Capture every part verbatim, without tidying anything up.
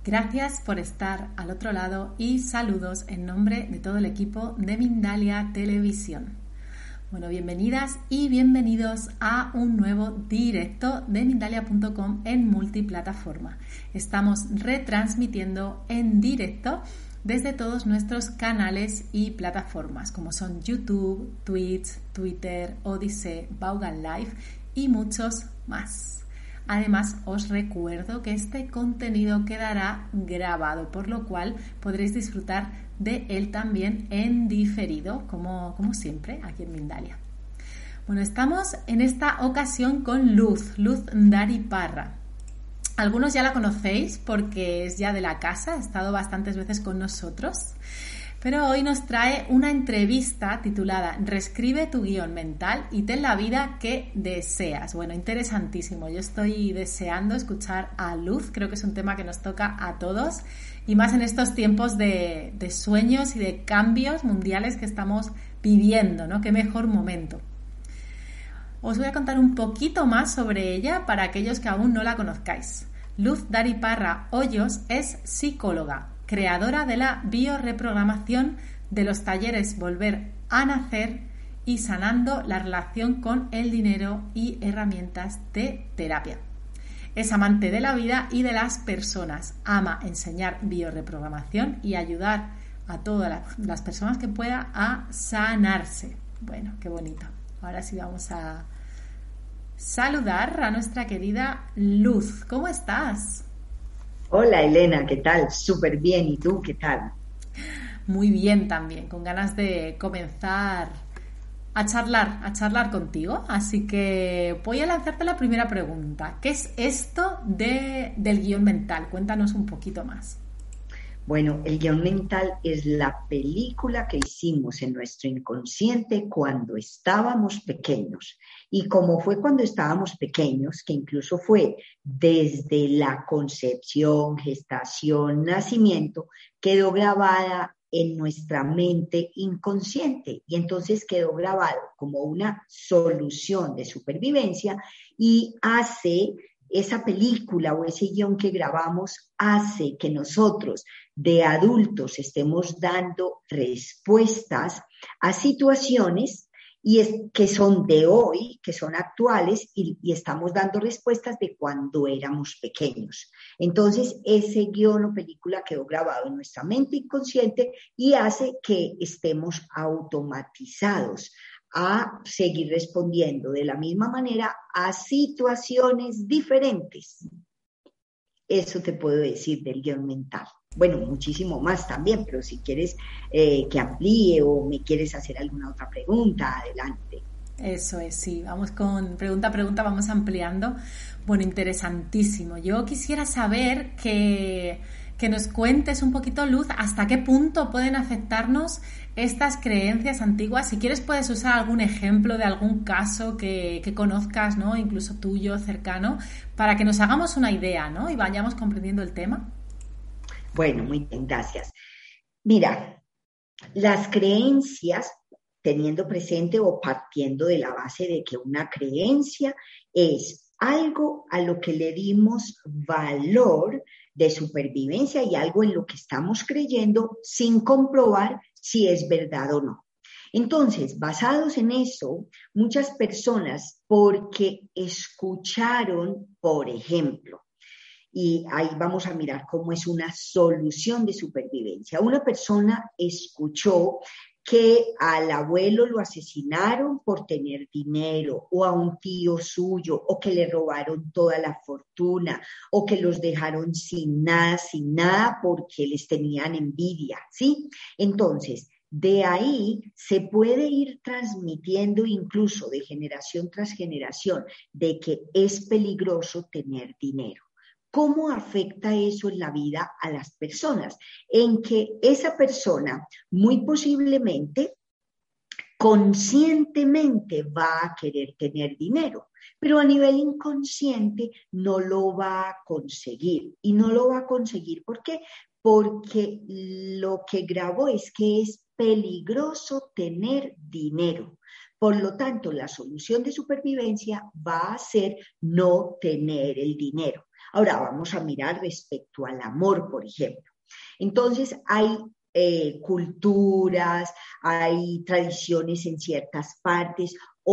Gracias por estar al otro lado y saludos en nombre de todo el equipo de Mindalia Televisión. Bueno, bienvenidas y bienvenidos a un nuevo directo de Mindalia punto com en multiplataforma. Estamos retransmitiendo en directo desde todos nuestros canales y plataformas como son YouTube, Twitch, Twitter, Odyssey, Vaughan Live y muchos más. Además, os recuerdo que este contenido quedará grabado, por lo cual podréis disfrutar de él también en diferido, como, como siempre, aquí en Mindalia. Bueno, estamos en esta ocasión con Luz, Luz Dari Parra. Algunos ya la conocéis porque es ya de la casa, ha estado bastantes veces con nosotros. Pero hoy nos trae una entrevista titulada Reescribe tu guión mental y ten la vida que deseas. Bueno, interesantísimo. Yo estoy deseando escuchar a Luz. Creo que es un tema que nos toca a todos y más en estos tiempos de, de sueños y de cambios mundiales que estamos viviendo, ¿no? Qué mejor momento. Os voy a contar un poquito más sobre ella para aquellos que aún no la conozcáis. Luz Dari Parra Hoyos es psicóloga, creadora de la bioreprogramación, de los talleres Volver a Nacer y Sanando la relación con el dinero y herramientas de terapia. Es amante de la vida y de las personas, ama enseñar bioreprogramación y ayudar a todas las personas que pueda a sanarse. Bueno, qué bonito. Ahora sí vamos a saludar a nuestra querida Luz. ¿Cómo estás? Hola Elena, ¿qué tal? Súper bien, ¿y tú qué tal? Muy bien también, con ganas de comenzar a charlar, a charlar contigo. Así que voy a lanzarte la primera pregunta. ¿Qué es esto de, del guión mental? Cuéntanos un poquito más. Bueno, el guión mental es la película que hicimos en nuestro inconsciente cuando estábamos pequeños. Y como fue cuando estábamos pequeños, que incluso fue desde la concepción, gestación, nacimiento, quedó grabada en nuestra mente inconsciente y entonces quedó grabado como una solución de supervivencia y hace... Esa película o ese guión que grabamos hace que nosotros de adultos estemos dando respuestas a situaciones y es, que son de hoy, que son actuales y, y estamos dando respuestas de cuando éramos pequeños. Entonces ese guión o película quedó grabado en nuestra mente inconsciente y hace que estemos automatizados a seguir respondiendo de la misma manera a situaciones diferentes. Eso te puedo decir del guión mental. Bueno, muchísimo más también, pero si quieres eh, que amplíe o me quieres hacer alguna otra pregunta, adelante. Eso es, sí. Vamos con pregunta a pregunta, vamos ampliando. Bueno, interesantísimo. Yo quisiera saber que, que nos cuentes un poquito, Luz, hasta qué punto pueden afectarnos estas creencias antiguas. Si quieres puedes usar algún ejemplo de algún caso que, que conozcas, ¿no? Incluso tuyo, cercano, para que nos hagamos una idea, ¿no? Y vayamos comprendiendo el tema. Bueno, muy bien, gracias. Mira, las creencias, teniendo presente o partiendo de la base de que una creencia es algo a lo que le dimos valor de supervivencia y algo en lo que estamos creyendo sin comprobar si es verdad o no. Entonces, basados en eso, muchas personas, porque escucharon, por ejemplo, y ahí vamos a mirar cómo es una solución de supervivencia. Una persona escuchó que al abuelo lo asesinaron por tener dinero, o a un tío suyo, o que le robaron toda la fortuna, o que los dejaron sin nada, sin nada porque les tenían envidia, ¿sí? Entonces, de ahí se puede ir transmitiendo incluso de generación tras generación de que es peligroso tener dinero. ¿Cómo afecta eso en la vida a las personas? En que esa persona muy posiblemente conscientemente va a querer tener dinero, pero a nivel inconsciente no lo va a conseguir. Y no lo va a conseguir, ¿por qué? Porque lo que grabó es que es peligroso tener dinero. Por lo tanto, la solución de supervivencia va a ser no tener el dinero. Ahora vamos a mirar respecto al amor, por ejemplo. Entonces hay eh, culturas, hay tradiciones en ciertas partes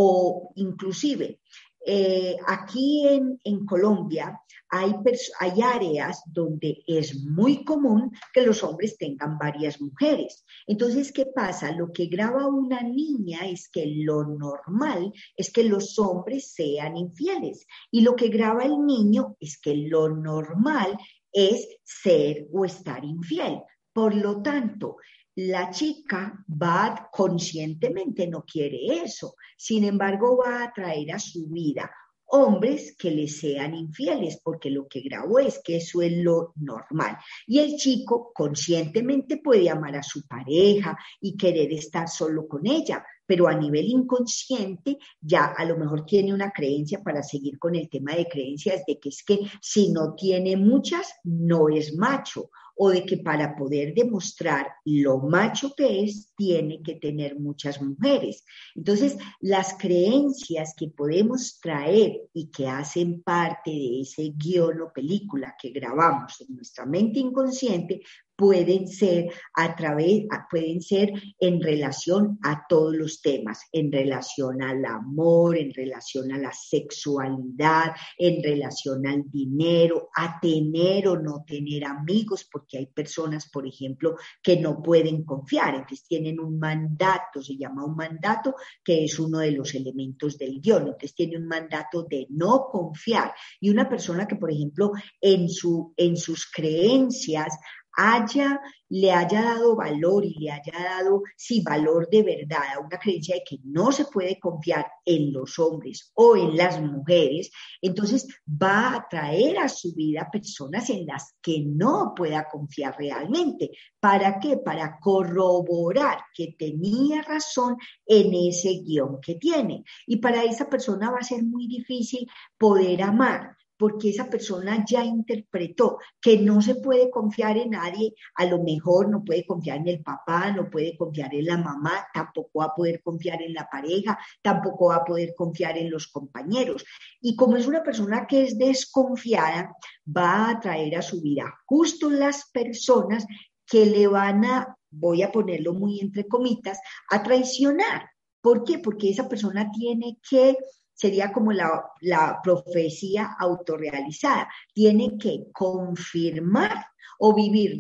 o inclusive eh, aquí en, en Colombia hay, hay áreas donde es muy común que los hombres tengan varias mujeres. Entonces, ¿qué pasa? Lo que graba una niña es que lo normal es que los hombres sean infieles y lo que graba el niño es que lo normal es ser o estar infiel. Por lo tanto, la chica va conscientemente, no quiere eso, sin embargo va a atraer a su vida hombres que le sean infieles, porque lo que grabó es que eso es lo normal. Y el chico conscientemente puede amar a su pareja y querer estar solo con ella, pero a nivel inconsciente ya a lo mejor tiene una creencia, para seguir con el tema de creencias, de que es que si no tiene muchas, no es macho, o de que para poder demostrar lo macho que es, tiene que tener muchas mujeres. Entonces, las creencias que podemos traer y que hacen parte de ese guión o película que grabamos en nuestra mente inconsciente, pueden ser a través, pueden ser en relación a todos los temas, en relación al amor, en relación a la sexualidad, en relación al dinero, a tener o no tener amigos, porque hay personas, por ejemplo, que no pueden confiar, entonces tienen un mandato, se llama un mandato, que es uno de los elementos del guión, entonces tiene un mandato de no confiar, y una persona que, por ejemplo, en, su, en sus creencias, haya, le haya dado valor y le haya dado, sí, valor de verdad a una creencia de que no se puede confiar en los hombres o en las mujeres, entonces va a atraer a su vida personas en las que no pueda confiar realmente. ¿Para qué? Para corroborar que tenía razón en ese guión que tiene. Y para esa persona va a ser muy difícil poder amar, porque esa persona ya interpretó que no se puede confiar en nadie, a lo mejor no puede confiar en el papá, no puede confiar en la mamá, tampoco va a poder confiar en la pareja, tampoco va a poder confiar en los compañeros. Y como es una persona que es desconfiada, va a atraer a su vida justo las personas que le van a, voy a ponerlo muy entre comitas, a traicionar. ¿Por qué? Porque esa persona tiene que... sería como la, la profecía autorrealizada. Tiene que confirmar o vivir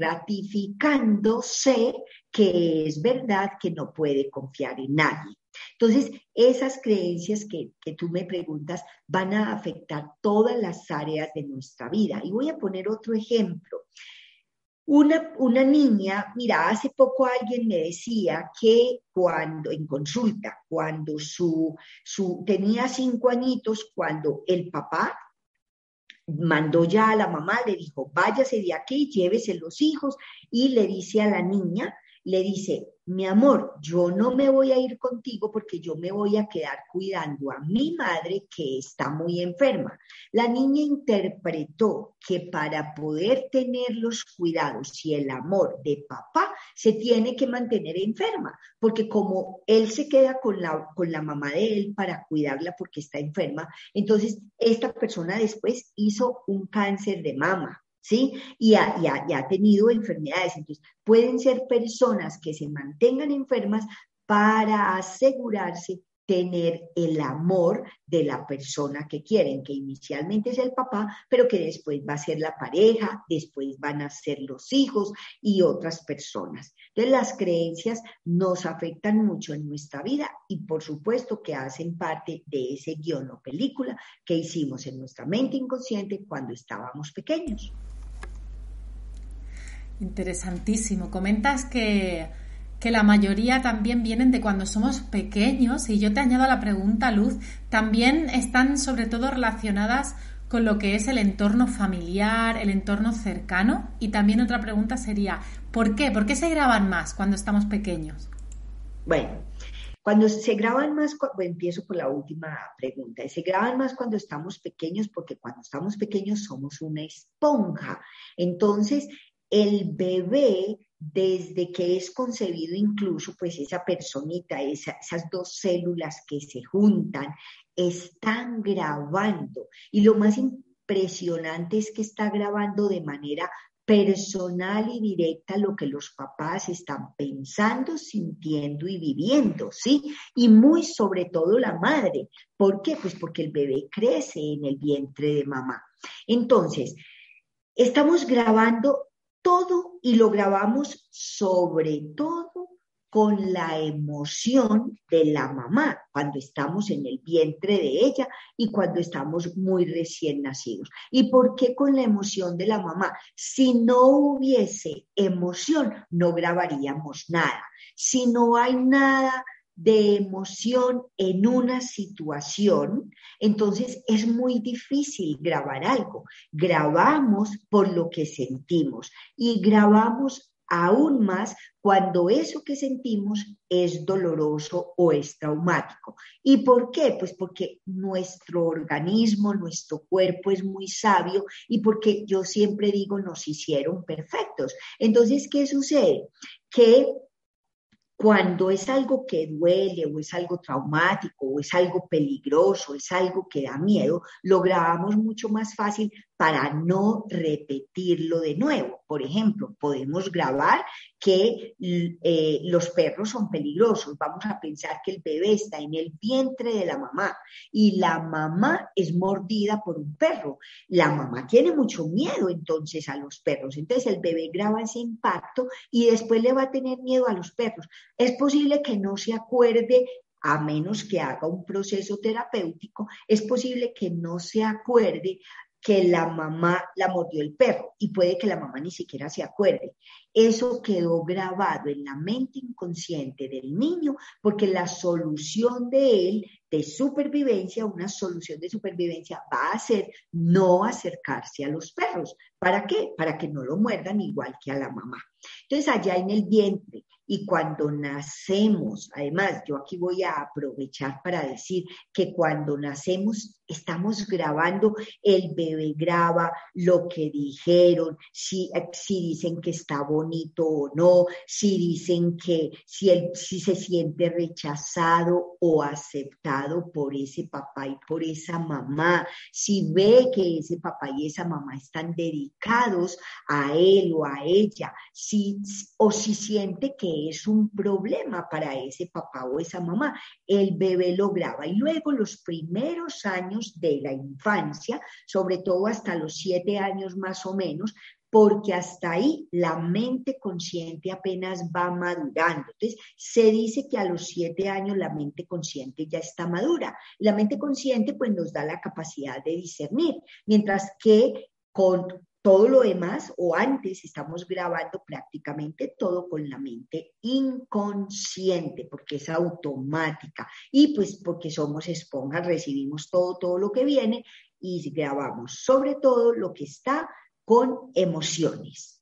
ratificándose que es verdad, que no puede confiar en nadie. Entonces, esas creencias que, que tú me preguntas van a afectar todas las áreas de nuestra vida. Y voy a poner otro ejemplo. Una, una niña, mira, hace poco alguien me decía que cuando, en consulta, cuando su, su, tenía cinco añitos, cuando el papá mandó ya a la mamá, le dijo, váyase de aquí, llévese los hijos, y le dice a la niña, le dice, mi amor, yo no me voy a ir contigo porque yo me voy a quedar cuidando a mi madre que está muy enferma. La niña interpretó que para poder tener los cuidados y el amor de papá se tiene que mantener enferma, porque como él se queda con la, con la mamá de él para cuidarla porque está enferma, entonces esta persona después hizo un cáncer de mama. ¿Sí? Y ha, y, ha, y ha tenido enfermedades. Entonces, pueden ser personas que se mantengan enfermas para asegurarse tener el amor de la persona que quieren, que inicialmente es el papá, pero que después va a ser la pareja, después van a ser los hijos y otras personas. Entonces, las creencias nos afectan mucho en nuestra vida y por supuesto que hacen parte de ese guión o película que hicimos en nuestra mente inconsciente cuando estábamos pequeños. Interesantísimo. Comentas que, que la mayoría también vienen de cuando somos pequeños, y yo te añado a la pregunta, Luz, también están sobre todo relacionadas con lo que es el entorno familiar, el entorno cercano. Y también otra pregunta sería, ¿por qué? ¿Por qué se graban más cuando estamos pequeños? Bueno, cuando se graban más, bueno, empiezo por la última pregunta, se graban más cuando estamos pequeños porque cuando estamos pequeños somos una esponja. Entonces, el bebé, desde que es concebido incluso, pues esa personita, esa, esas dos células que se juntan, están grabando. Y lo más importante impresionante es que está grabando de manera personal y directa lo que los papás están pensando, sintiendo y viviendo, ¿sí? Y muy sobre todo la madre. ¿Por qué? Pues porque el bebé crece en el vientre de mamá. Entonces, estamos grabando todo y lo grabamos sobre todo con la emoción de la mamá cuando estamos en el vientre de ella y cuando estamos muy recién nacidos. ¿Y por qué con la emoción de la mamá? Si no hubiese emoción, no grabaríamos nada. Si no hay nada de emoción en una situación, entonces es muy difícil grabar algo. Grabamos por lo que sentimos y grabamos aún más cuando eso que sentimos es doloroso o es traumático. ¿Y por qué? Pues porque nuestro organismo, nuestro cuerpo es muy sabio y porque yo siempre digo nos hicieron perfectos. Entonces, ¿qué sucede? Que cuando es algo que duele o es algo traumático o es algo peligroso, es algo que da miedo, lo grabamos mucho más fácil para no repetirlo de nuevo. Por ejemplo, podemos grabar que eh, los perros son peligrosos. Vamos a pensar que el bebé está en el vientre de la mamá y la mamá es mordida por un perro. La mamá tiene mucho miedo entonces a los perros. Entonces el bebé graba ese impacto y después le va a tener miedo a los perros. Es posible que no se acuerde, a menos que haga un proceso terapéutico, es posible que no se acuerde que la mamá la mordió el perro y puede que la mamá ni siquiera se acuerde. Eso quedó grabado en la mente inconsciente del niño porque la solución de él de supervivencia, una solución de supervivencia va a ser no acercarse a los perros. ¿Para qué? Para que no lo muerdan igual que a la mamá. Entonces allá en el vientre y cuando nacemos, además yo aquí voy a aprovechar para decir que cuando nacemos estamos grabando, el bebé graba lo que dijeron, si, si dicen que está bonito o no, si dicen que si, él, si se siente rechazado o aceptado por ese papá y por esa mamá, si ve que ese papá y esa mamá están dedicados a él o a ella, si, o si siente que es un problema para ese papá o esa mamá, el bebé lo graba y luego los primeros años de la infancia, sobre todo hasta los siete años más o menos, porque hasta ahí la mente consciente apenas va madurando. Entonces, se dice que a los siete años la mente consciente ya está madura. La mente consciente pues nos da la capacidad de discernir, mientras que con todo lo demás o antes estamos grabando prácticamente todo con la mente inconsciente porque es automática y pues porque somos esponjas, recibimos todo, todo lo que viene y grabamos sobre todo lo que está con emociones.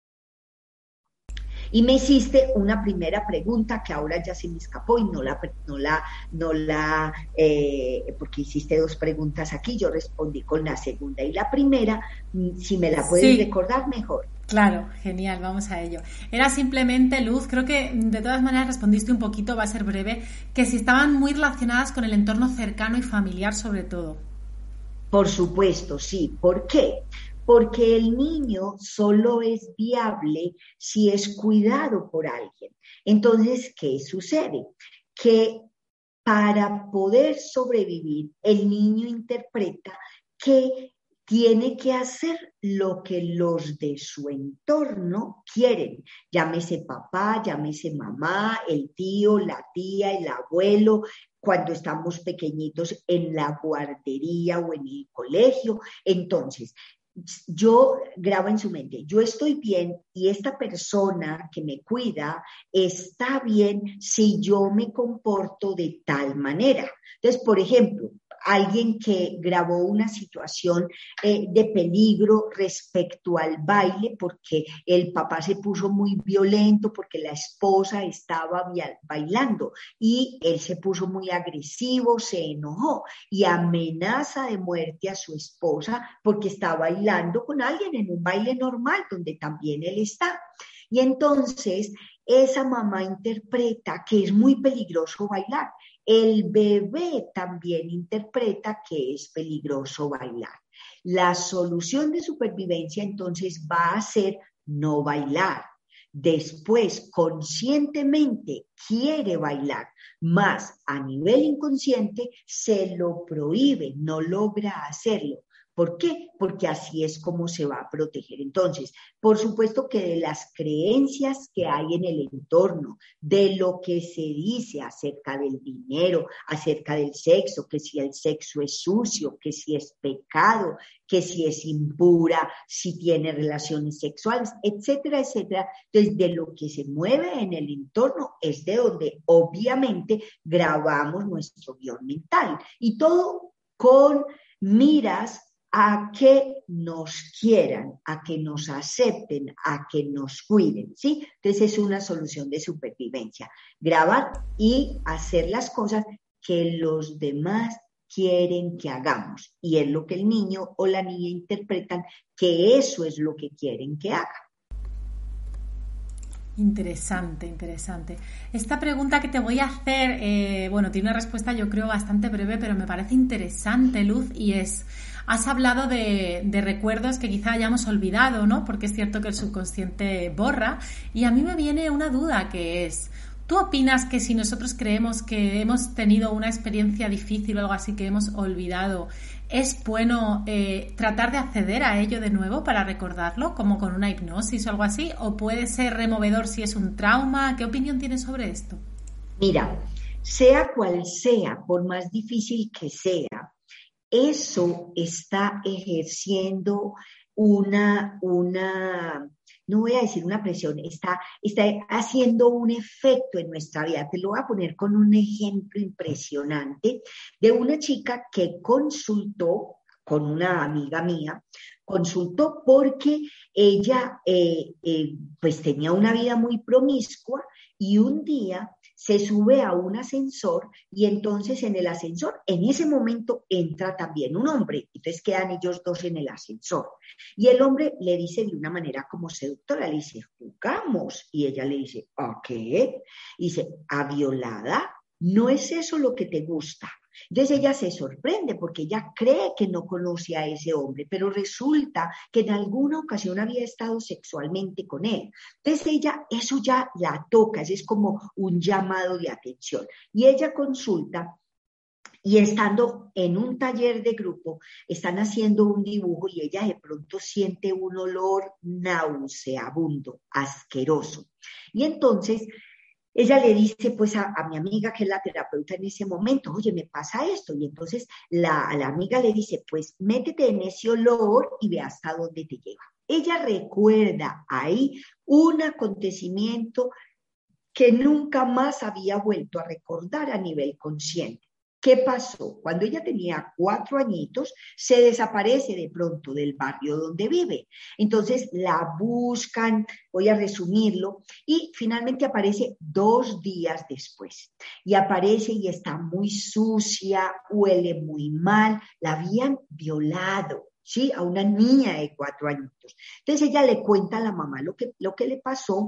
Y me hiciste una primera pregunta que ahora ya se me escapó y no la, no la, no la, eh, porque hiciste dos preguntas aquí, yo respondí con la segunda y la primera, si me la puedes sí. recordar mejor. Claro, genial, vamos a ello. Era simplemente, Luz, creo que de todas maneras respondiste un poquito, va a ser breve, que si estaban muy relacionadas con el entorno cercano y familiar sobre todo. Por supuesto, sí. ¿Por qué? Porque el niño solo es viable si es cuidado por alguien. Entonces, ¿qué sucede? Que para poder sobrevivir, el niño interpreta que tiene que hacer lo que los de su entorno quieren. Llámese papá, llámese mamá, el tío, la tía, el abuelo, cuando estamos pequeñitos en la guardería o en el colegio. Entonces, yo grabo en su mente, yo estoy bien y esta persona que me cuida está bien si yo me comporto de tal manera. Entonces, por ejemplo, alguien que grabó una situación eh, de peligro respecto al baile porque el papá se puso muy violento porque la esposa estaba bailando y él se puso muy agresivo, se enojó y amenaza de muerte a su esposa porque está bailando con alguien en un baile normal donde también él está. Y entonces esa mamá interpreta que es muy peligroso bailar. El bebé también interpreta que es peligroso bailar. La solución de supervivencia entonces va a ser no bailar. Después, conscientemente quiere bailar, más a nivel inconsciente se lo prohíbe, no logra hacerlo. ¿Por qué? Porque así es como se va a proteger. Entonces, por supuesto que de las creencias que hay en el entorno, de lo que se dice acerca del dinero, acerca del sexo, que si el sexo es sucio, que si es pecado, que si es impura, si tiene relaciones sexuales, etcétera, etcétera. Entonces, de lo que se mueve en el entorno es de donde obviamente grabamos nuestro guión mental. Y todo con miras a que nos quieran, a que nos acepten, a que nos cuiden, ¿sí? Entonces es una solución de supervivencia. Grabar y hacer las cosas que los demás quieren que hagamos. Y es lo que el niño o la niña interpretan que eso es lo que quieren que haga. Interesante, interesante. Esta pregunta que te voy a hacer, eh, bueno, tiene una respuesta yo creo bastante breve, pero me parece interesante, Luz, y es, has hablado de, de recuerdos que quizá hayamos olvidado, ¿no? Porque es cierto que el subconsciente borra, y a mí me viene una duda que es, ¿tú opinas que si nosotros creemos que hemos tenido una experiencia difícil o algo así que hemos olvidado, es bueno eh, tratar de acceder a ello de nuevo para recordarlo, como con una hipnosis o algo así? ¿O puede ser removedor si es un trauma? ¿Qué opinión tienes sobre esto? Mira, sea cual sea, por más difícil que sea, eso está ejerciendo una, una, no voy a decir una presión, está, está haciendo un efecto en nuestra vida. Te lo voy a poner con un ejemplo impresionante de una chica que consultó con una amiga mía, consultó porque ella eh, eh, pues tenía una vida muy promiscua y un día se sube a un ascensor y entonces en el ascensor, en ese momento entra también un hombre, entonces quedan ellos dos en el ascensor y el hombre le dice de una manera como seductora, le dice, jugamos, y ella le dice, ¿a qué? Y dice, ¿a violada? ¿No es eso lo que te gusta? Entonces ella se sorprende porque ella cree que no conoce a ese hombre, pero resulta que en alguna ocasión había estado sexualmente con él. Entonces ella, eso ya la toca, eso es como un llamado de atención. Y ella consulta y estando en un taller de grupo, están haciendo un dibujo y ella de pronto siente un olor nauseabundo, asqueroso. Y entonces ella le dice pues a, a mi amiga, que es la terapeuta en ese momento, oye, me pasa esto. Y entonces la, la amiga le dice, pues métete en ese olor y ve hasta dónde te lleva. Ella recuerda ahí un acontecimiento que nunca más había vuelto a recordar a nivel consciente. ¿Qué pasó? Cuando ella tenía cuatro añitos, se desaparece de pronto del barrio donde vive. Entonces la buscan, voy a resumirlo, y finalmente aparece dos días después. Y aparece y está muy sucia, huele muy mal, la habían violado, ¿sí? A una niña de cuatro añitos. Entonces ella le cuenta a la mamá lo que, lo que le pasó,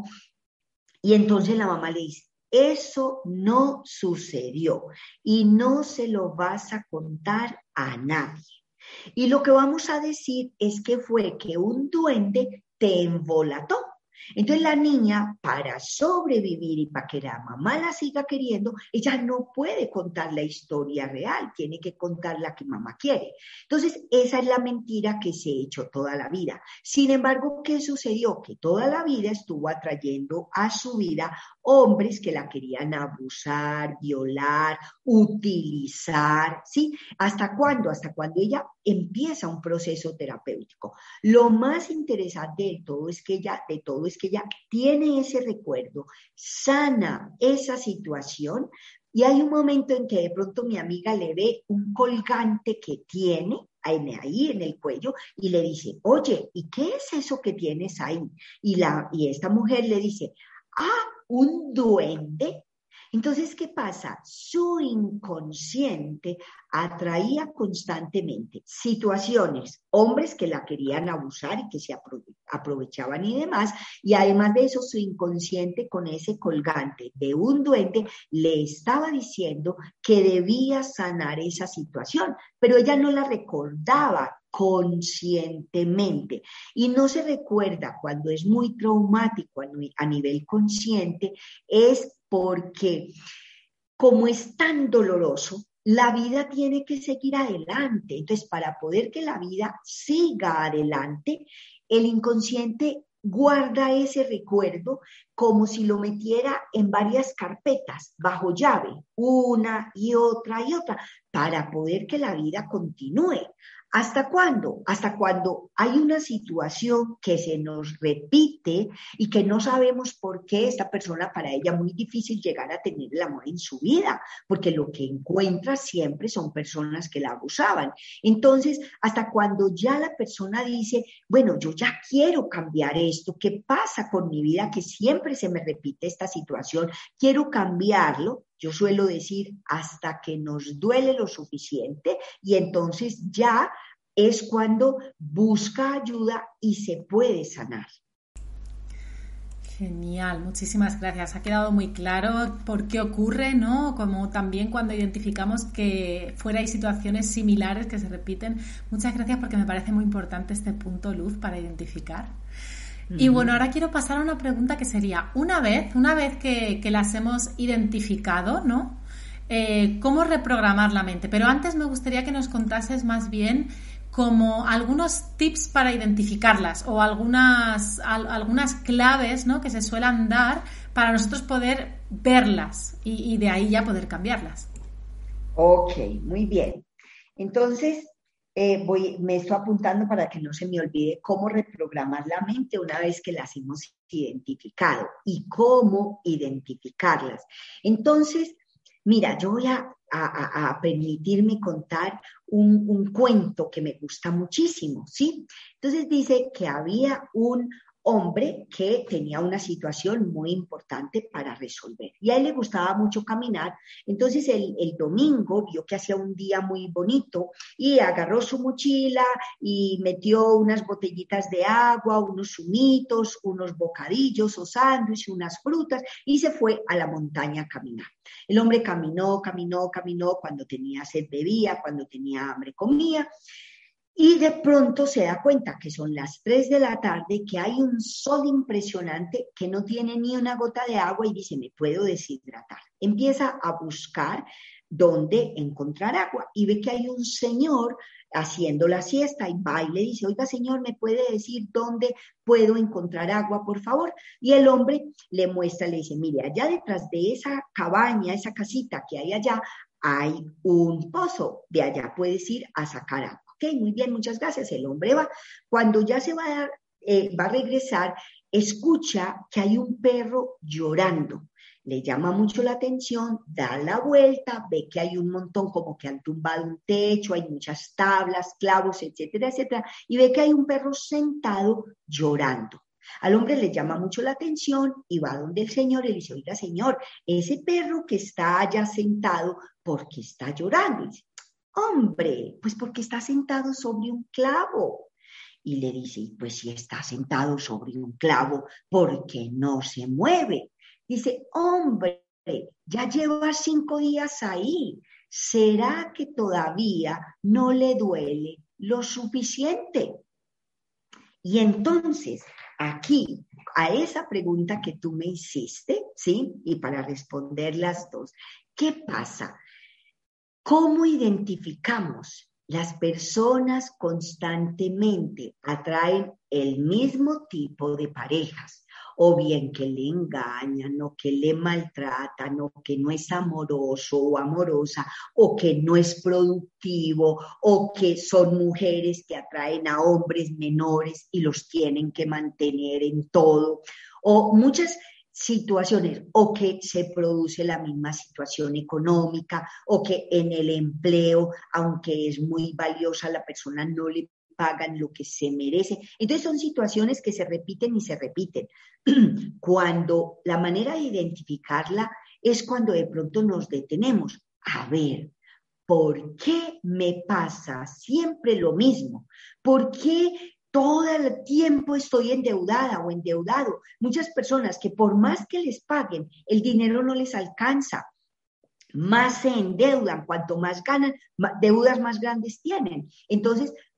y entonces la mamá le dice, eso no sucedió y no se lo vas a contar a nadie. Y lo que vamos a decir es que fue que un duende te embolató. Entonces la niña, para sobrevivir y para que la mamá la siga queriendo, ella no puede contar la historia real, tiene que contar la que mamá quiere. Entonces esa es la mentira que se echó toda la vida. Sin embargo, ¿qué sucedió? Que toda la vida estuvo atrayendo a su vida hombres que la querían abusar, violar, utilizar, ¿sí? ¿Hasta cuándo? Hasta cuando ella empieza un proceso terapéutico. Lo más interesante de todo es que ella, de todo es que ella tiene ese recuerdo, sana esa situación, y hay un momento en que de pronto mi amiga le ve un colgante que tiene ahí en el cuello y le dice, oye, ¿y qué es eso que tienes ahí? Y, la, y esta mujer le dice, ah, un duende. Entonces, ¿qué pasa? Su inconsciente atraía constantemente situaciones, hombres que la querían abusar y que se aprovechaban y demás, y además de eso, su inconsciente con ese colgante de un duende le estaba diciendo que debía sanar esa situación, pero ella no la recordaba conscientemente. Y no se recuerda cuando es muy traumático a nivel consciente, es porque como es tan doloroso, la vida tiene que seguir adelante. Entonces, para poder que la vida siga adelante, el inconsciente guarda ese recuerdo como si lo metiera en varias carpetas, bajo llave, una y otra y otra, para poder que la vida continúe. ¿Hasta cuándo? Hasta cuando hay una situación que se nos repite y que no sabemos por qué esta persona, para ella muy difícil llegar a tener el amor en su vida, porque lo que encuentra siempre son personas que la abusaban. Entonces, hasta cuando ya la persona dice, bueno, yo ya quiero cambiar esto, ¿qué pasa con mi vida? Que siempre se me repite esta situación, quiero cambiarlo. Yo suelo decir hasta que nos duele lo suficiente y entonces ya es cuando busca ayuda y se puede sanar. Genial, muchísimas gracias. Ha quedado muy claro por qué ocurre, ¿no? Como también cuando identificamos que fuera hay situaciones similares que se repiten. Muchas gracias porque me parece muy importante este punto, Luz, para identificar. Y bueno, ahora quiero pasar a una pregunta que sería, una vez, una vez que, que las hemos identificado, ¿no? Eh, ¿Cómo reprogramar la mente? Pero antes me gustaría que nos contases más bien como algunos tips para identificarlas o algunas, al, algunas claves, ¿no? Que se suelen dar para nosotros poder verlas y, y de ahí ya poder cambiarlas. Ok, muy bien. Entonces, Eh, voy, me estoy apuntando para que no se me olvide cómo reprogramar la mente una vez que las hemos identificado y cómo identificarlas. Entonces, mira, yo voy a, a, a permitirme contar un, un cuento que me gusta muchísimo, ¿sí? Entonces dice que había un hombre que tenía una situación muy importante para resolver y a él le gustaba mucho caminar. Entonces el, el domingo vio que hacía un día muy bonito y agarró su mochila y metió unas botellitas de agua, unos zumitos, unos bocadillos o sándwiches, unas frutas y se fue a la montaña a caminar. El hombre caminó, caminó, caminó, cuando tenía sed bebía, cuando tenía hambre comía. Y de pronto se da cuenta que son las tres de la tarde, que hay un sol impresionante, que no tiene ni una gota de agua y dice, me puedo deshidratar. Empieza a buscar dónde encontrar agua y ve que hay un señor haciendo la siesta y va y le dice, oiga señor, ¿me puede decir dónde puedo encontrar agua, por favor? Y el hombre le muestra, le dice, mire, allá detrás de esa cabaña, esa casita que hay allá, hay un pozo, de allá puedes ir a sacar agua. Ok, muy bien, muchas gracias. El hombre va. Cuando ya se va a, dar, eh, va a regresar, escucha que hay un perro llorando. Le llama mucho la atención, da la vuelta, ve que hay un montón, como que han tumbado un techo, hay muchas tablas, clavos, etcétera, etcétera, y ve que hay un perro sentado llorando. Al hombre le llama mucho la atención y va donde el señor y le dice, oiga señor, ese perro que está allá sentado, ¿por qué está llorando? Y dice, hombre, pues porque está sentado sobre un clavo. Y le dice, pues si está sentado sobre un clavo, ¿por qué no se mueve? Dice, hombre, ya lleva cinco días ahí. ¿Será que todavía no le duele lo suficiente? Y entonces, aquí, a esa pregunta que tú me hiciste, ¿sí? Y para responder las dos, ¿qué pasa? ¿Cómo identificamos? Las personas constantemente atraen el mismo tipo de parejas, o bien que le engañan, o que le maltratan, o que no es amoroso o amorosa, o que no es productivo, o que son mujeres que atraen a hombres menores y los tienen que mantener en todo, o muchas situaciones, o que se produce la misma situación económica, o que en el empleo, aunque es muy valiosa, la persona no le pagan lo que se merece. Entonces son situaciones que se repiten y se repiten. Cuando la manera de identificarla es cuando de pronto nos detenemos. A ver, ¿por qué me pasa siempre lo mismo? ¿Por qué todo el tiempo estoy endeudada o endeudado? Muchas personas que por más que les paguen, el dinero no les alcanza. Más se endeudan, cuanto más ganan, más, deudas más grandes tienen. Entonces,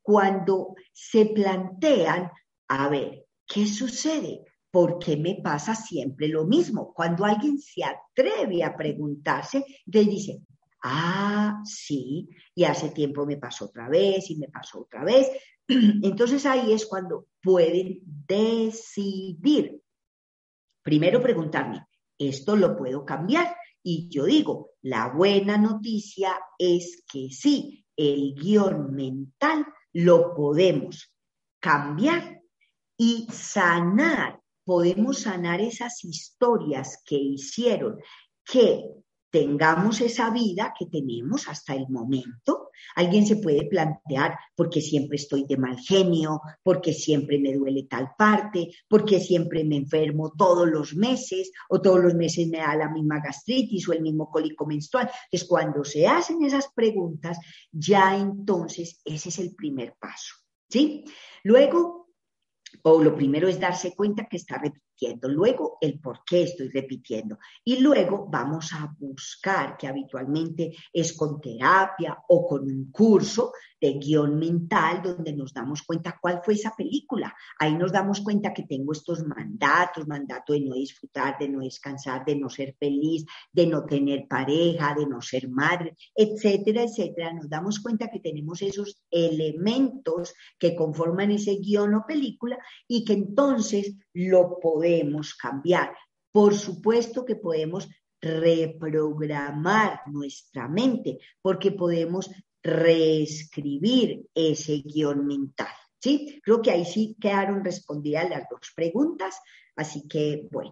cuando se plantean, a ver, ¿qué sucede? ¿Por qué me pasa siempre lo mismo? Cuando alguien se atreve a preguntarse, le dice, ah, sí, y hace tiempo me pasó otra vez y me pasó otra vez. Entonces ahí es cuando pueden decidir. Primero preguntarme, ¿esto lo puedo cambiar? Y yo digo, la buena noticia es que sí, el guión mental lo podemos cambiar y sanar. Podemos sanar esas historias que hicieron que tengamos esa vida que tenemos hasta el momento. Alguien se puede plantear, porque siempre estoy de mal genio, porque siempre me duele tal parte, porque siempre me enfermo todos los meses, o todos los meses me da la misma gastritis o el mismo cólico menstrual. Entonces, cuando se hacen esas preguntas, ya entonces ese es el primer paso, ¿sí? Luego, o lo primero es darse cuenta que está repitiendo, luego el por qué estoy repitiendo y luego vamos a buscar, que habitualmente es con terapia o con un curso de guión mental donde nos damos cuenta cuál fue esa película. Ahí nos damos cuenta que tengo estos mandatos, mandato de no disfrutar, de no descansar, de no ser feliz, de no tener pareja, de no ser madre, etcétera, etcétera. Nos damos cuenta que tenemos esos elementos que conforman ese guión o película y que entonces lo podemos cambiar. Por supuesto que podemos reprogramar nuestra mente, porque podemos reescribir ese guión mental, ¿sí? Creo que ahí sí quedaron respondidas las dos preguntas, así que bueno.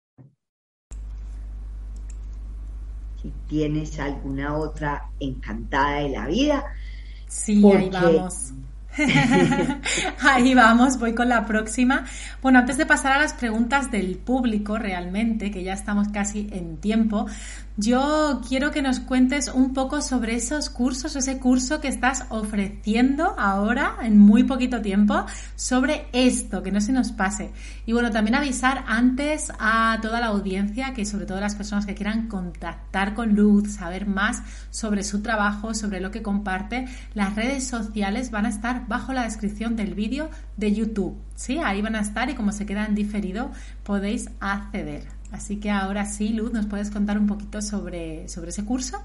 Si tienes alguna otra, encantada de la vida. Sí, porque... ahí vamos. Ahí vamos, voy con la próxima. Bueno, antes de pasar a las preguntas del público realmente, que ya estamos casi en tiempo, yo quiero que nos cuentes un poco sobre esos cursos, ese curso que estás ofreciendo ahora, en muy poquito tiempo, sobre esto, que no se nos pase. Y bueno, también avisar antes a toda la audiencia, que sobre todo las personas que quieran contactar con Luz, saber más sobre su trabajo, sobre lo que comparte, las redes sociales van a estar bajo la descripción del vídeo de YouTube, ¿sí? Ahí van a estar y como se queda en diferido podéis acceder. Así que ahora sí, Luz, ¿nos puedes contar un poquito sobre, sobre ese curso?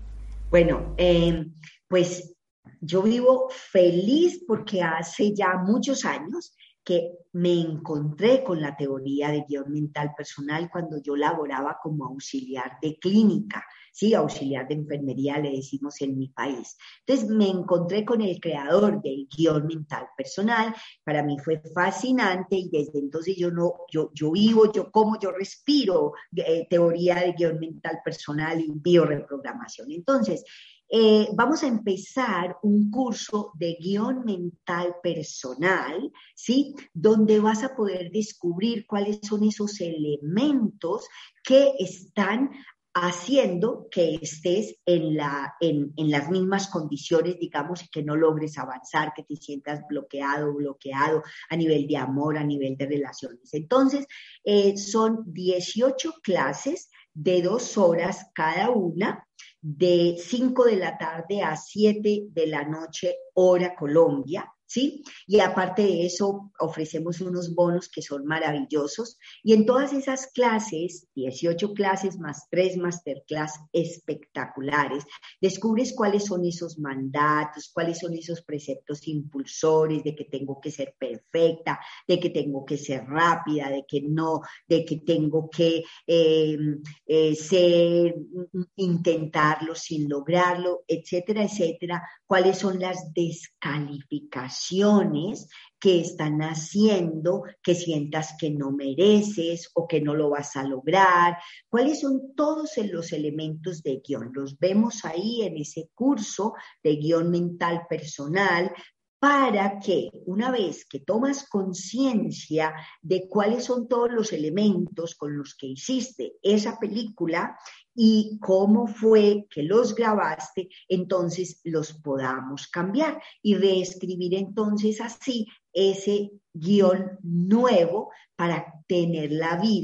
Bueno, eh, pues yo vivo feliz porque hace ya muchos años que me encontré con la teoría de guión mental personal cuando yo laboraba como auxiliar de clínica, sí, auxiliar de enfermería le decimos en mi país. Entonces me encontré con el creador del guión mental personal, para mí fue fascinante y desde entonces yo no, yo, yo vivo, yo como, yo respiro eh, teoría de guión mental personal y bioreprogramación. Entonces, Eh, vamos a empezar un curso de guión mental personal, ¿sí? Donde vas a poder descubrir cuáles son esos elementos que están haciendo que estés en, la, en, en las mismas condiciones, digamos, y que no logres avanzar, que te sientas bloqueado, bloqueado a nivel de amor, a nivel de relaciones. Entonces, eh, son dieciocho clases de dos horas cada una, de cinco de la tarde a siete de la noche, hora Colombia, ¿sí? Y aparte de eso, ofrecemos unos bonos que son maravillosos. Y en todas esas clases, dieciocho clases más tres masterclass espectaculares, descubres cuáles son esos mandatos, cuáles son esos preceptos impulsores de que tengo que ser perfecta, de que tengo que ser rápida, de que no, de que tengo que eh, eh, ser, intentarlo sin lograrlo, etcétera, etcétera. Cuáles son las descalificaciones que están haciendo que sientas que no mereces o que no lo vas a lograr. ¿Cuáles son todos los elementos de guión? Los vemos ahí en ese curso de guión mental personal, para que una vez que tomas conciencia de cuáles son todos los elementos con los que hiciste esa película y cómo fue que los grabaste, entonces los podamos cambiar y reescribir entonces así ese guión nuevo para tener la vida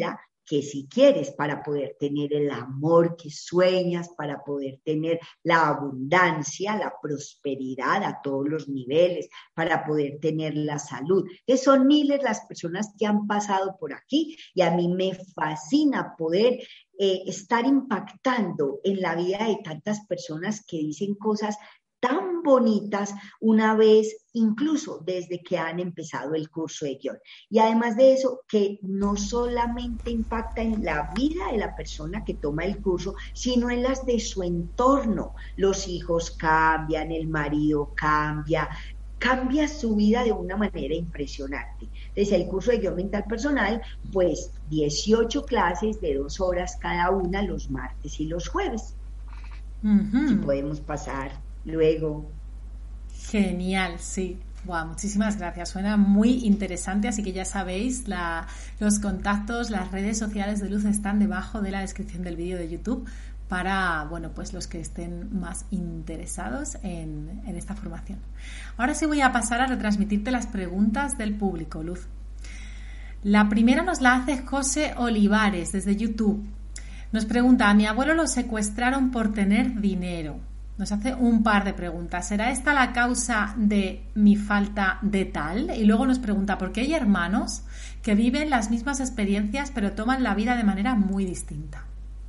que si quieres para poder tener el amor que sueñas, para poder tener la abundancia, la prosperidad a todos los niveles, para poder tener la salud. Que son miles las personas que han pasado por aquí y a mí me fascina poder eh, estar impactando en la vida de tantas personas que dicen cosas tan bonitas una vez, incluso desde que han empezado el curso de guión. Y además de eso, que no solamente impacta en la vida de la persona que toma el curso, sino en las de su entorno. Los hijos cambian, el marido cambia, cambia su vida de una manera impresionante. Desde el curso de guión mental personal, pues dieciocho clases de dos horas cada una los martes y los jueves. Uh-huh. Y podemos pasar luego. Genial, sí. Wow, muchísimas gracias. Suena muy interesante, así que ya sabéis, la, los contactos, las redes sociales de Luz están debajo de la descripción del vídeo de YouTube para, bueno, pues los que estén más interesados en, en esta formación. Ahora sí voy a pasar a retransmitirte las preguntas del público, Luz. La primera nos la hace José Olivares desde YouTube. Nos pregunta: a mi abuelo lo secuestraron por tener dinero. Nos hace un par de preguntas. ¿Será esta la causa de mi falta de tal? Y luego nos pregunta por qué hay hermanos que viven las mismas experiencias pero toman la vida de manera muy distinta.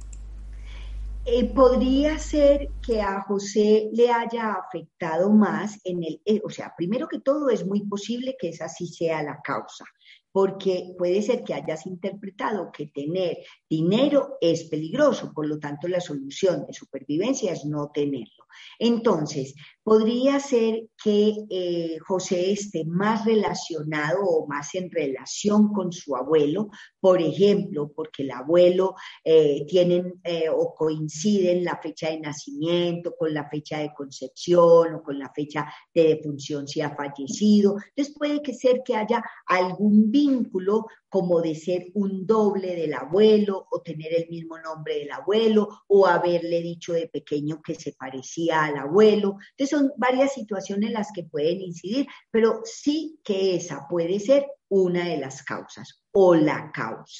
Eh, podría ser que a José le haya afectado más en el, eh, o sea, primero que todo es muy posible que esa sí sea la causa, porque puede ser que hayas interpretado que tener dinero es peligroso, por lo tanto la solución de supervivencia es no tenerlo. Entonces, podría ser que eh, José esté más relacionado o más en relación con su abuelo, por ejemplo, porque el abuelo eh, tienen eh, o coinciden la fecha de nacimiento con la fecha de concepción o con la fecha de defunción si ha fallecido. Entonces puede que ser que haya algún vínculo como de ser un doble del abuelo o tener el mismo nombre del abuelo o haberle dicho de pequeño que se parecía al abuelo. Entonces son varias situaciones las que pueden incidir, pero sí que esa puede ser una de las causas o la causa.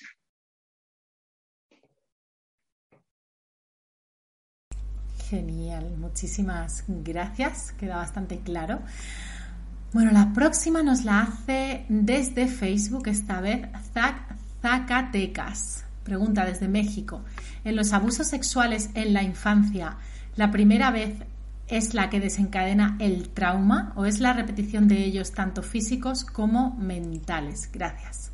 Genial, muchísimas gracias, queda bastante claro. Bueno, la próxima nos la hace desde Facebook, esta vez Zac Zacatecas. Pregunta desde México: ¿en los abusos sexuales en la infancia, la primera vez es la que desencadena el trauma o es la repetición de ellos tanto físicos como mentales? Gracias.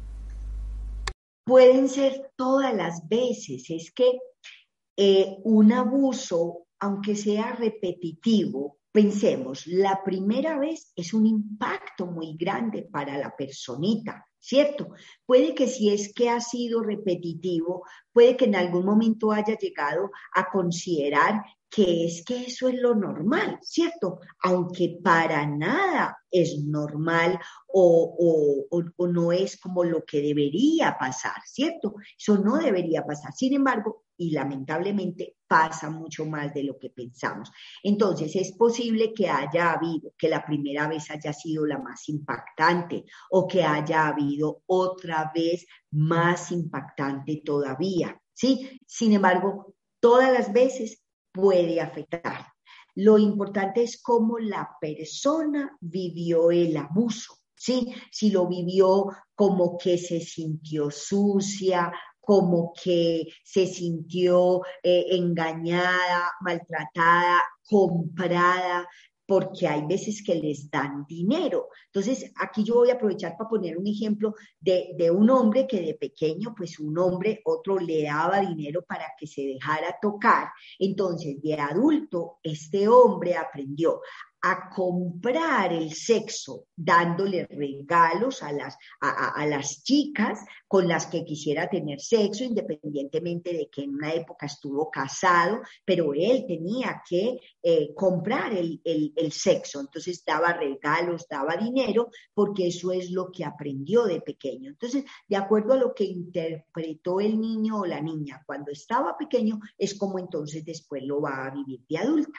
Pueden ser todas las veces. Es que eh, un abuso, aunque sea repetitivo, pensemos, la primera vez es un impacto muy grande para la personita, ¿cierto? Puede que si es que ha sido repetitivo, puede que en algún momento haya llegado a considerar que es que eso es lo normal, ¿cierto? Aunque para nada es normal o, o, o, o no es como lo que debería pasar, ¿cierto? Eso no debería pasar. Sin embargo, y lamentablemente pasa mucho más de lo que pensamos. Entonces, es posible que haya habido, que la primera vez haya sido la más impactante o que haya habido otra vez más impactante todavía, ¿sí? Sin embargo, todas las veces puede afectar. Lo importante es cómo la persona vivió el abuso, ¿sí? Si lo vivió como que se sintió sucia, como que se sintió eh, engañada, maltratada, comprada, porque hay veces que les dan dinero. Entonces, aquí yo voy a aprovechar para poner un ejemplo de, de un hombre que de pequeño, pues un hombre, otro le daba dinero para que se dejara tocar. Entonces, de adulto, este hombre aprendió a comprar el sexo, dándole regalos a las, a, a, a las chicas con las que quisiera tener sexo, independientemente de que en una época estuvo casado, pero él tenía que eh, comprar el, el, el sexo. Entonces daba regalos, daba dinero, porque eso es lo que aprendió de pequeño. Entonces, de acuerdo a lo que interpretó el niño o la niña cuando estaba pequeño, es como entonces después lo va a vivir de adulta.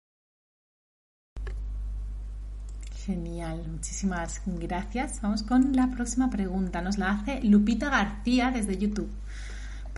Genial, muchísimas gracias. Vamos con la próxima pregunta. Nos la hace Lupita García desde YouTube.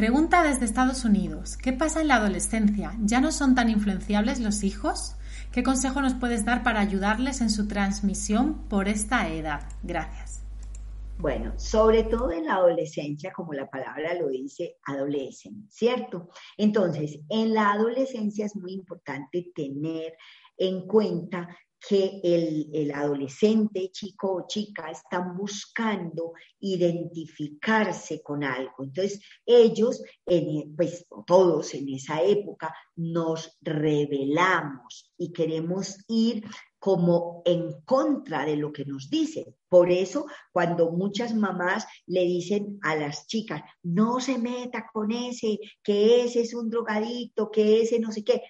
Pregunta desde Estados Unidos. ¿Qué pasa en la adolescencia? ¿Ya no son tan influenciables los hijos? ¿Qué consejo nos puedes dar para ayudarles en su transmisión por esta edad? Gracias. Bueno, sobre todo en la adolescencia, como la palabra lo dice, adolecen, ¿cierto? Entonces, en la adolescencia es muy importante tener en cuenta que el, el adolescente, chico o chica, están buscando identificarse con algo. Entonces, ellos, en, pues todos en esa época, nos rebelamos y queremos ir como en contra de lo que nos dicen. Por eso, cuando muchas mamás le dicen a las chicas, no se meta con ese, que ese es un drogadicto, que ese no sé qué,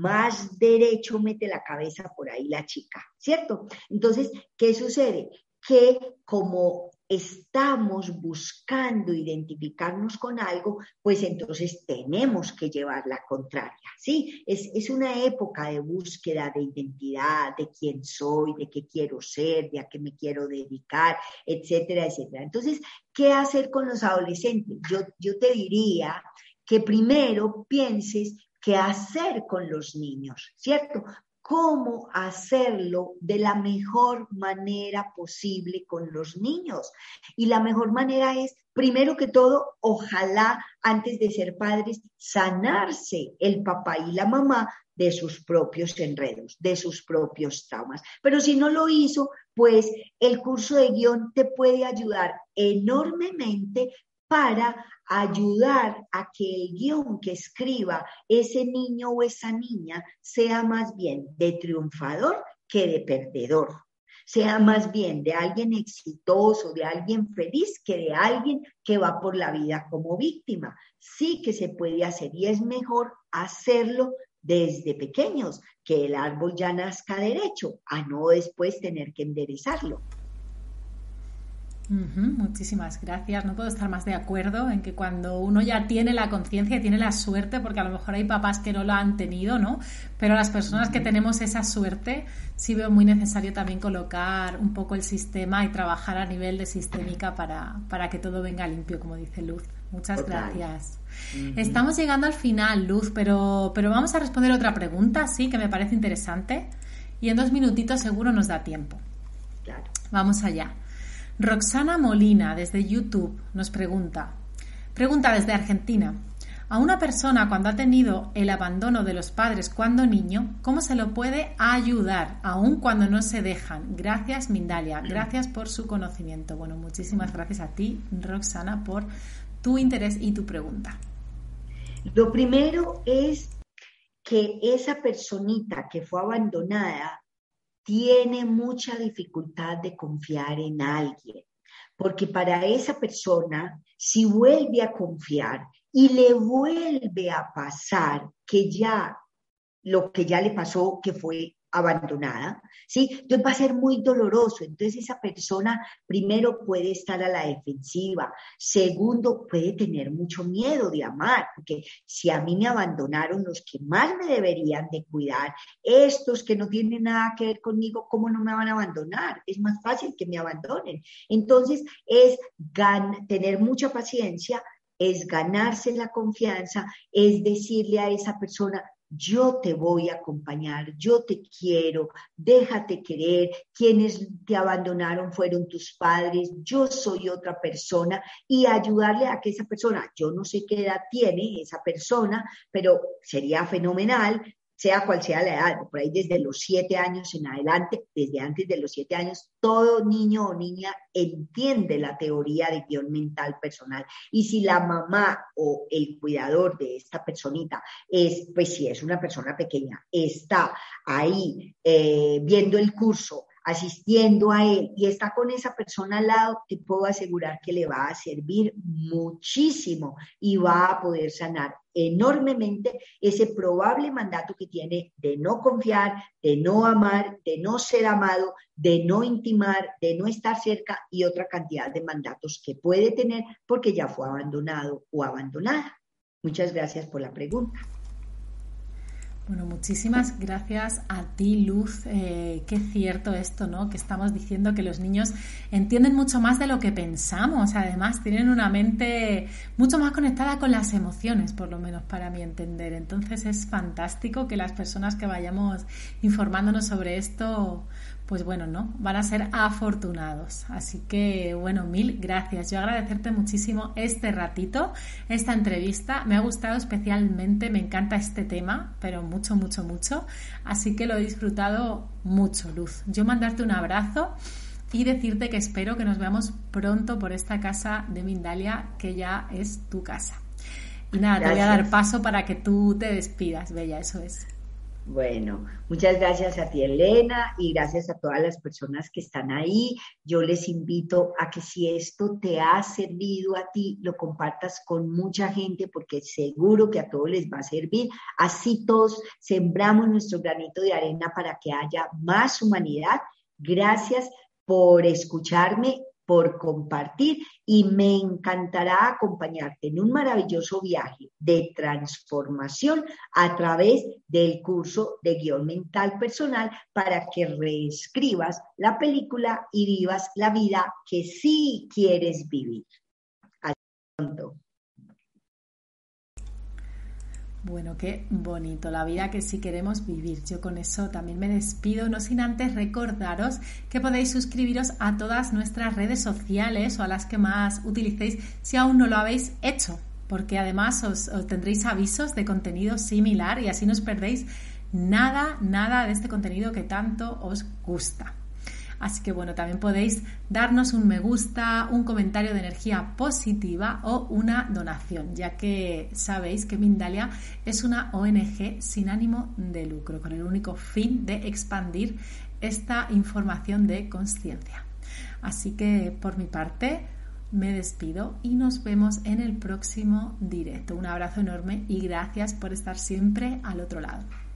más derecho mete la cabeza por ahí la chica, ¿cierto? Entonces, ¿qué sucede? Que como estamos buscando identificarnos con algo, pues entonces tenemos que llevar la contraria, ¿sí? Es, es una época de búsqueda de identidad, de quién soy, de qué quiero ser, de a qué me quiero dedicar, etcétera, etcétera. Entonces, ¿qué hacer con los adolescentes? Yo, yo te diría que primero pienses qué hacer con los niños, ¿cierto? Cómo hacerlo de la mejor manera posible con los niños. Y la mejor manera es, primero que todo, ojalá antes de ser padres, sanarse el papá y la mamá de sus propios enredos, de sus propios traumas. Pero si no lo hizo, pues el curso de guión te puede ayudar enormemente para ayudar a que el guión que escriba ese niño o esa niña sea más bien de triunfador que de perdedor, sea más bien de alguien exitoso, de alguien feliz, que de alguien que va por la vida como víctima. Sí que se puede hacer y es mejor hacerlo desde pequeños, que el árbol ya nazca derecho, a no después tener que enderezarlo. Uh-huh, muchísimas gracias. No puedo estar más de acuerdo en que cuando uno ya tiene la conciencia y tiene la suerte, porque a lo mejor hay papás que no lo han tenido, ¿no? Pero las personas que tenemos esa suerte, sí veo muy necesario también colocar un poco el sistema y trabajar a nivel de sistémica para, para que todo venga limpio, como dice Luz. Muchas Total. gracias. Uh-huh. Estamos llegando al final, Luz, pero, pero vamos a responder otra pregunta, sí, que me parece interesante. Y en dos minutitos seguro nos da tiempo. Claro. Vamos allá. Roxana Molina, desde YouTube, nos pregunta, pregunta desde Argentina, a una persona cuando ha tenido el abandono de los padres cuando niño, ¿cómo se lo puede ayudar, aun cuando no se dejan? Gracias, Mindalia, gracias por su conocimiento. Bueno, muchísimas gracias a ti, Roxana, por tu interés y tu pregunta. Lo primero es que esa personita que fue abandonada tiene mucha dificultad de confiar en alguien, porque para esa persona, si vuelve a confiar y le vuelve a pasar que ya, lo que ya le pasó, que fue abandonada, ¿sí? Entonces va a ser muy doloroso. Entonces esa persona, primero, puede estar a la defensiva. Segundo, puede tener mucho miedo de amar, porque si a mí me abandonaron los que más me deberían de cuidar, estos que no tienen nada que ver conmigo, ¿cómo no me van a abandonar? Es más fácil que me abandonen. Entonces es gan- tener mucha paciencia, es ganarse la confianza, es decirle a esa persona, yo te voy a acompañar, yo te quiero, déjate querer, quienes te abandonaron fueron tus padres, yo soy otra persona, y ayudarle a que esa persona, yo no sé qué edad tiene esa persona, pero sería fenomenal, sea cual sea la edad, por ahí desde los siete años en adelante, desde antes de los siete años, todo niño o niña entiende la teoría de guión mental personal. Y si la mamá o el cuidador de esta personita es, pues si es una persona pequeña, está ahí eh, viendo el curso, asistiendo a él y está con esa persona al lado, te puedo asegurar que le va a servir muchísimo y va a poder sanar enormemente ese probable mandato que tiene de no confiar, de no amar, de no ser amado, de no intimar, de no estar cerca y otra cantidad de mandatos que puede tener porque ya fue abandonado o abandonada. Muchas gracias por la pregunta. Bueno, muchísimas gracias a ti, Luz. Eh, qué cierto esto, ¿no? Que estamos diciendo que los niños entienden mucho más de lo que pensamos. Además, tienen una mente mucho más conectada con las emociones, por lo menos para mi entender. Entonces, es fantástico que las personas que vayamos informándonos sobre esto, pues bueno, ¿no? Van a ser afortunados. Así que, bueno, mil gracias. Yo agradecerte muchísimo este ratito, esta entrevista. Me ha gustado especialmente, me encanta este tema, pero mucho, mucho, mucho. Así que lo he disfrutado mucho, Luz. Yo mandarte un abrazo y decirte que espero que nos veamos pronto por esta casa de Mindalia, que ya es tu casa. Y nada, gracias. Te voy a dar paso para que tú te despidas, Bella, eso es. Bueno, muchas gracias a ti, Elena, y gracias a todas las personas que están ahí. Yo les invito a que si esto te ha servido a ti, lo compartas con mucha gente, porque seguro que a todos les va a servir. Así todos sembramos nuestro granito de arena para que haya más humanidad. Gracias por escucharme, por compartir, y me encantará acompañarte en un maravilloso viaje de transformación a través del curso de guión mental personal para que reescribas la película y vivas la vida que sí quieres vivir. Hasta pronto. Bueno, qué bonito, la vida que sí queremos vivir. Yo con eso también me despido, no sin antes recordaros que podéis suscribiros a todas nuestras redes sociales o a las que más utilicéis si aún no lo habéis hecho, porque además os, os tendréis avisos de contenido similar y así no os perdéis nada, nada de este contenido que tanto os gusta. Así que bueno, también podéis darnos un me gusta, un comentario de energía positiva o una donación, ya que sabéis que Mindalia es una O N G sin ánimo de lucro, con el único fin de expandir esta información de conciencia. Así que por mi parte me despido y nos vemos en el próximo directo. Un abrazo enorme y gracias por estar siempre al otro lado.